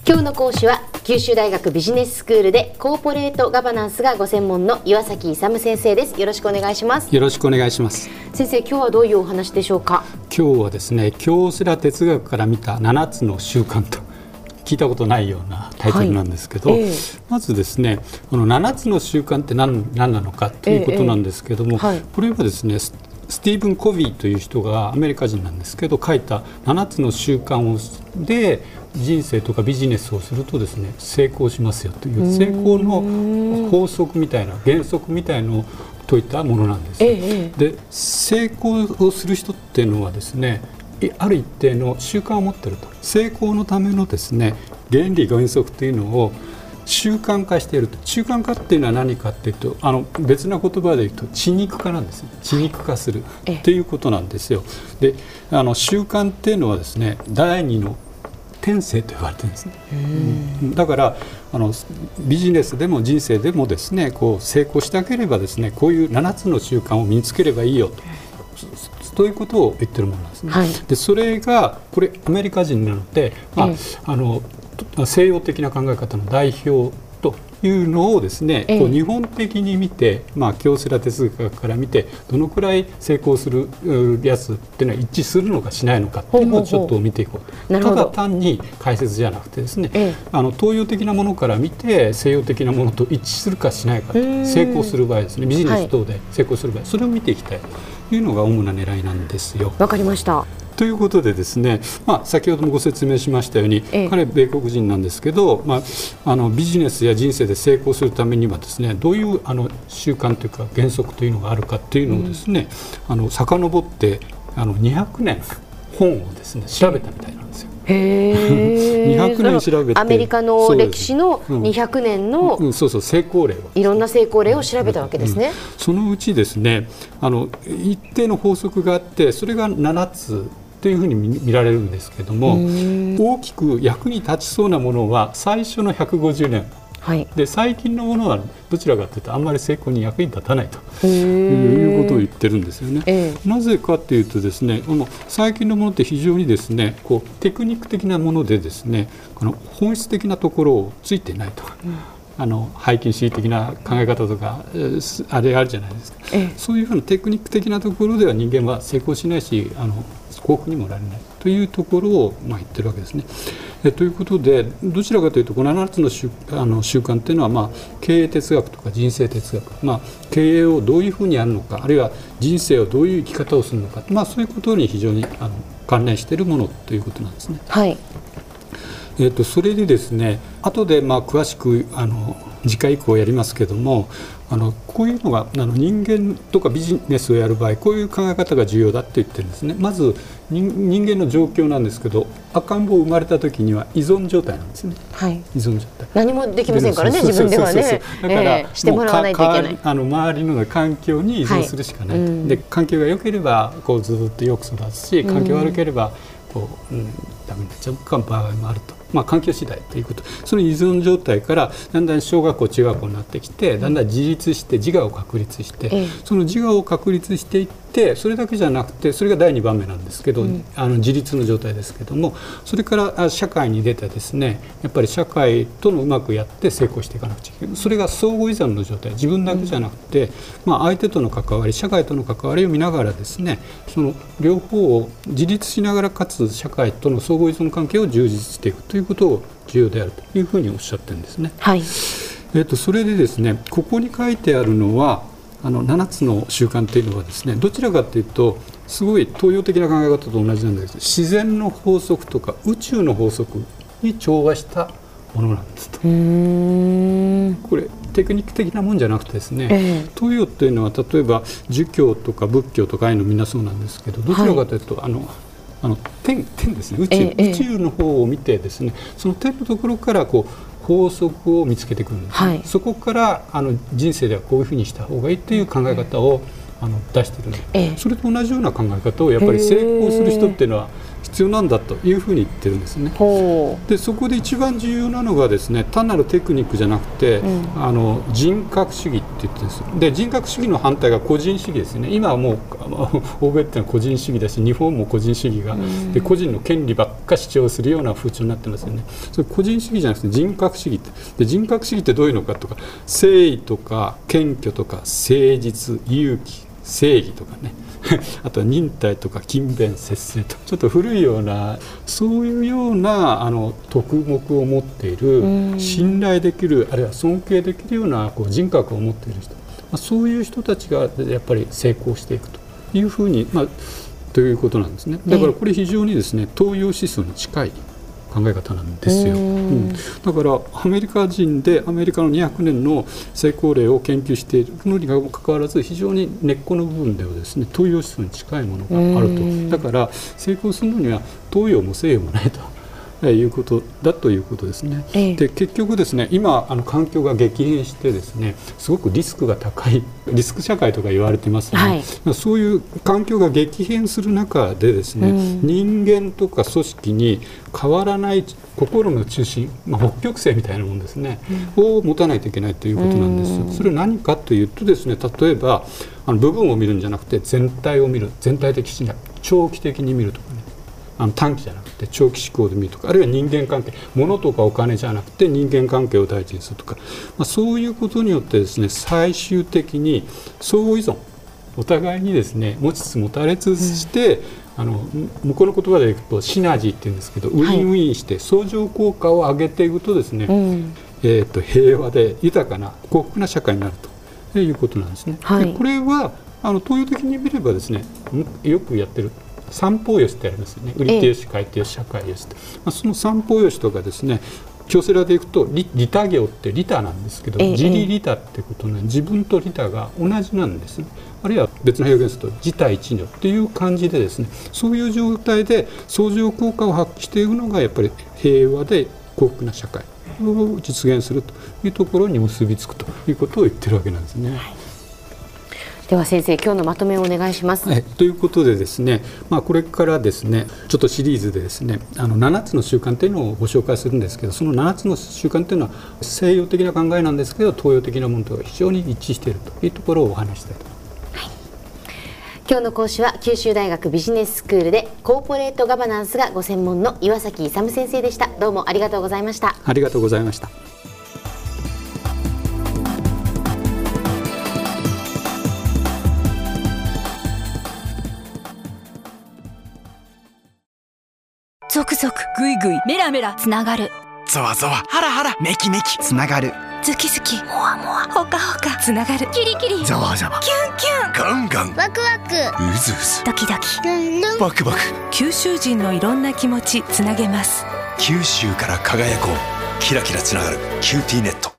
今日の講師は九州大学ビジネススクールでコーポレートガバナンスがご専門の岩崎勇先生です。よろしくお願いします。 よろしくお願いします。 先生、今日はどういうお話でしょうか？ 今日はですね、京セラ哲学から見た7つの習慣と聞いたことないようなタイトルなんですけど、まずですね、この7つの習慣って何なのかということなんですけども、これはですね、スティーブン・コビーという人がアメリカ人なんですけど書いた7つの習慣で人生とかビジネスをするとですね、成功しますよという成功の法則みたいな原則みたいのを説いたものなんです。で、成功をする人っていうのはですね、ある一定の習慣を持っていると。成功のためのですね、原理原則というのを習慣化していると。習慣化っていうのは何かっていうと、別な言葉で言うと血肉化なんですね。血肉化するっていうことなんですよ。で、習慣っていうのはですね、第二の天性と言われてるんですね。だからビジネスでも人生でもですね、こう成功したければですね、こういう7つの習慣を身につければいいよということを言ってるものなんですね。で、それがこれアメリカ人なので、西洋的な考え方の代表というのをですね、こう日本的に見て、京セラ哲学から見てどのくらい成功するやつっていうのは一致するのかしないのかっていうのをちょっと見ていこうと。ただ単に解説じゃなくてですね、東洋的なものから見て西洋的なものと一致するかしないか、成功する場合ですね、ビジネス等で成功する場合、それを見ていきたいというのが主な狙いなんですよ。 わかりました。 ということでですね、先ほどもご説明しましたように、彼米国人なんですけど、ビジネスや人生で成功するためにはですね、どういう習慣というか原則というのがあるかというのをですね、遡って200年本をですね調べたみたいなんですよ。200年調べて、 アメリカの歴史の200年の成功例を、 いろんな成功例を調べたわけですね。 そのうちですね、一定の法則があって、それが7つというふうに見られるんですけども、大きく役に立ちそうなものは最初の150年、で最近のものはどちらかというとあんまり成功に役に立たないということを言ってるんですよね。なぜかというとですね、最近のものって非常にですね、こうテクニック的なものでですね、本質的なところをついていないとか、背筋主義的な考え方とかあれあるじゃないですか。そういうふうなテクニック的なところでは人間は成功しないし、幸福にもなれないというところを言ってるわけですね。ということで、どちらかというとこの7つの習慣というのは、経営哲学とか人生哲学、経営をどういうふうにやるのか、あるいは人生をどういう生き方をするのか、そういうことに非常に関連しているものということなんですね。それでですね、後で詳しく次回以降やりますけども、こういうのが人間とかビジネスをやる場合、こういう考え方が重要だって言ってるんですね。まず人間の状況なんですけど、赤ん坊生まれた時には依存状態なんですね。依存状態、 何もできませんからね、自分ではね。 だからしてもらわないといけない。 周りの環境に依存するしかない、で環境が良ければこうずっとよく育つし、環境が悪ければダメになっちゃう場合もあると。環境次第ということ、その依存状態からだんだん小学校中学校になってきて、だんだん自立して自我を確立して、その自我を確立していって、それだけじゃなくて、それが第2番目なんですけど、自立の状態ですけども、それから社会に出てですね、やっぱり社会とのうまくやって成功していかなくちゃいけない。それが相互依存の状態、自分だけじゃなくて、相手との関わり、社会との関わりを見ながらですね、その両方を自立しながらかつ社会との相互依存関係を充実していくということを重要であるというふうにおっしゃってるんですね。それでですね、ここに書いてあるのは7つの習慣というのはですね、どちらかというとすごい東洋的な考え方と同じなんですけど、自然の法則とか宇宙の法則に調和したものなんですと。これテクニック的なもんじゃなくてですね、東洋というのは例えば儒教とか仏教とかああいうのみんなそうなんですけど、どちらかというと天ですね、宇宙の方を見てですね、その天のところからこう法則を見つけてくるんです、そこから人生ではこういうふうにした方がいいという考え方を出しているので、それと同じような考え方をやっぱり成功する人っていうのは必要なんだというふうに言ってるんですね。でそこで一番重要なのがですね、単なるテクニックじゃなくて、人格主義って言ってるんですよ。で人格主義の反対が個人主義ですね。今はもう欧米ってのは個人主義だし、日本も個人主義が、で個人の権利ばっか主張するような風潮になってますよね。それ個人主義じゃなくて人格主義って。で人格主義ってどういうのかとか、誠意とか謙虚とか誠実、勇気、正義とかねあとは忍耐とか勤勉、節制と、ちょっと古いようなそういうような徳目を持っている、信頼できる、あるいは尊敬できるような人格を持っている人、そういう人たちがやっぱり成功していくというふうに、ということなんですね。だからこれ非常にですね、東洋思想に近い考え方なんですよ。だからアメリカ人でアメリカの200年の成功例を研究しているのにもかかわらず、非常に根っこの部分ではですね、東洋思想に近いものがあると。だから成功するのには東洋も西洋もないということだということですね。で結局ですね、今環境が激変してですね、すごくリスクが高いリスク社会とか言われてますね。そういう環境が激変する中でですね、人間とか組織に変わらない心の中心、北極星みたいなものですね、を持たないといけないということなんですよ。それは何かというとですね、例えば部分を見るんじゃなくて全体を見る、全体的視野、長期的に見るとかね、短期じゃなくて長期思考で見るとか、あるいは人間関係、物とかお金じゃなくて人間関係を大事にするとか、そういうことによってですね、最終的に相互依存、お互いにですね持ちつ持たれつして、向こうの言葉で言うとシナジーっていうんですけど、ウィンウィンして相乗効果を上げていくとですね、平和で豊かな幸福な社会になるということなんですね。でこれは東洋的に見ればですね、よくやってる三方よしってありますよね。売り手よし、買い手よし、社会よしって、その三方よしとかですね、京セラでいくと利他行って利他なんですけど、自利利他ってことね、自分と利他が同じなんですね。あるいは別の表現すると自他一如っていう感じでですね、そういう状態で相乗効果を発揮していくのがやっぱり平和で幸福な社会を実現するというところに結びつくということを言ってるわけなんですね。 では先生、今日のまとめをお願いします。 ということでですね、これからですね、ちょっとシリーズでですね、7つの習慣というのをご紹介するんですけど、その7つの習慣というのは西洋的な考えなんですけど、東洋的なものと非常に一致しているというところをお話したいと思います。 今日の講師は九州大学ビジネススクールでコーポレートガバナンスがご専門の岩崎勇先生でした。どうもありがとうございました。 ありがとうございました。 ゾクゾクグイグイメラメラつながる、 ゾワゾワハラハラメキメキつながる、 ズキズキモワモワホカホカつながる、キリキリザワザワキュンキュンガンガンワクワクうずうずドキドキルンルンバクバク、 九州人のいろんな気持ちつなげます。 九州から輝こう、キラキラつながるキューティーネット。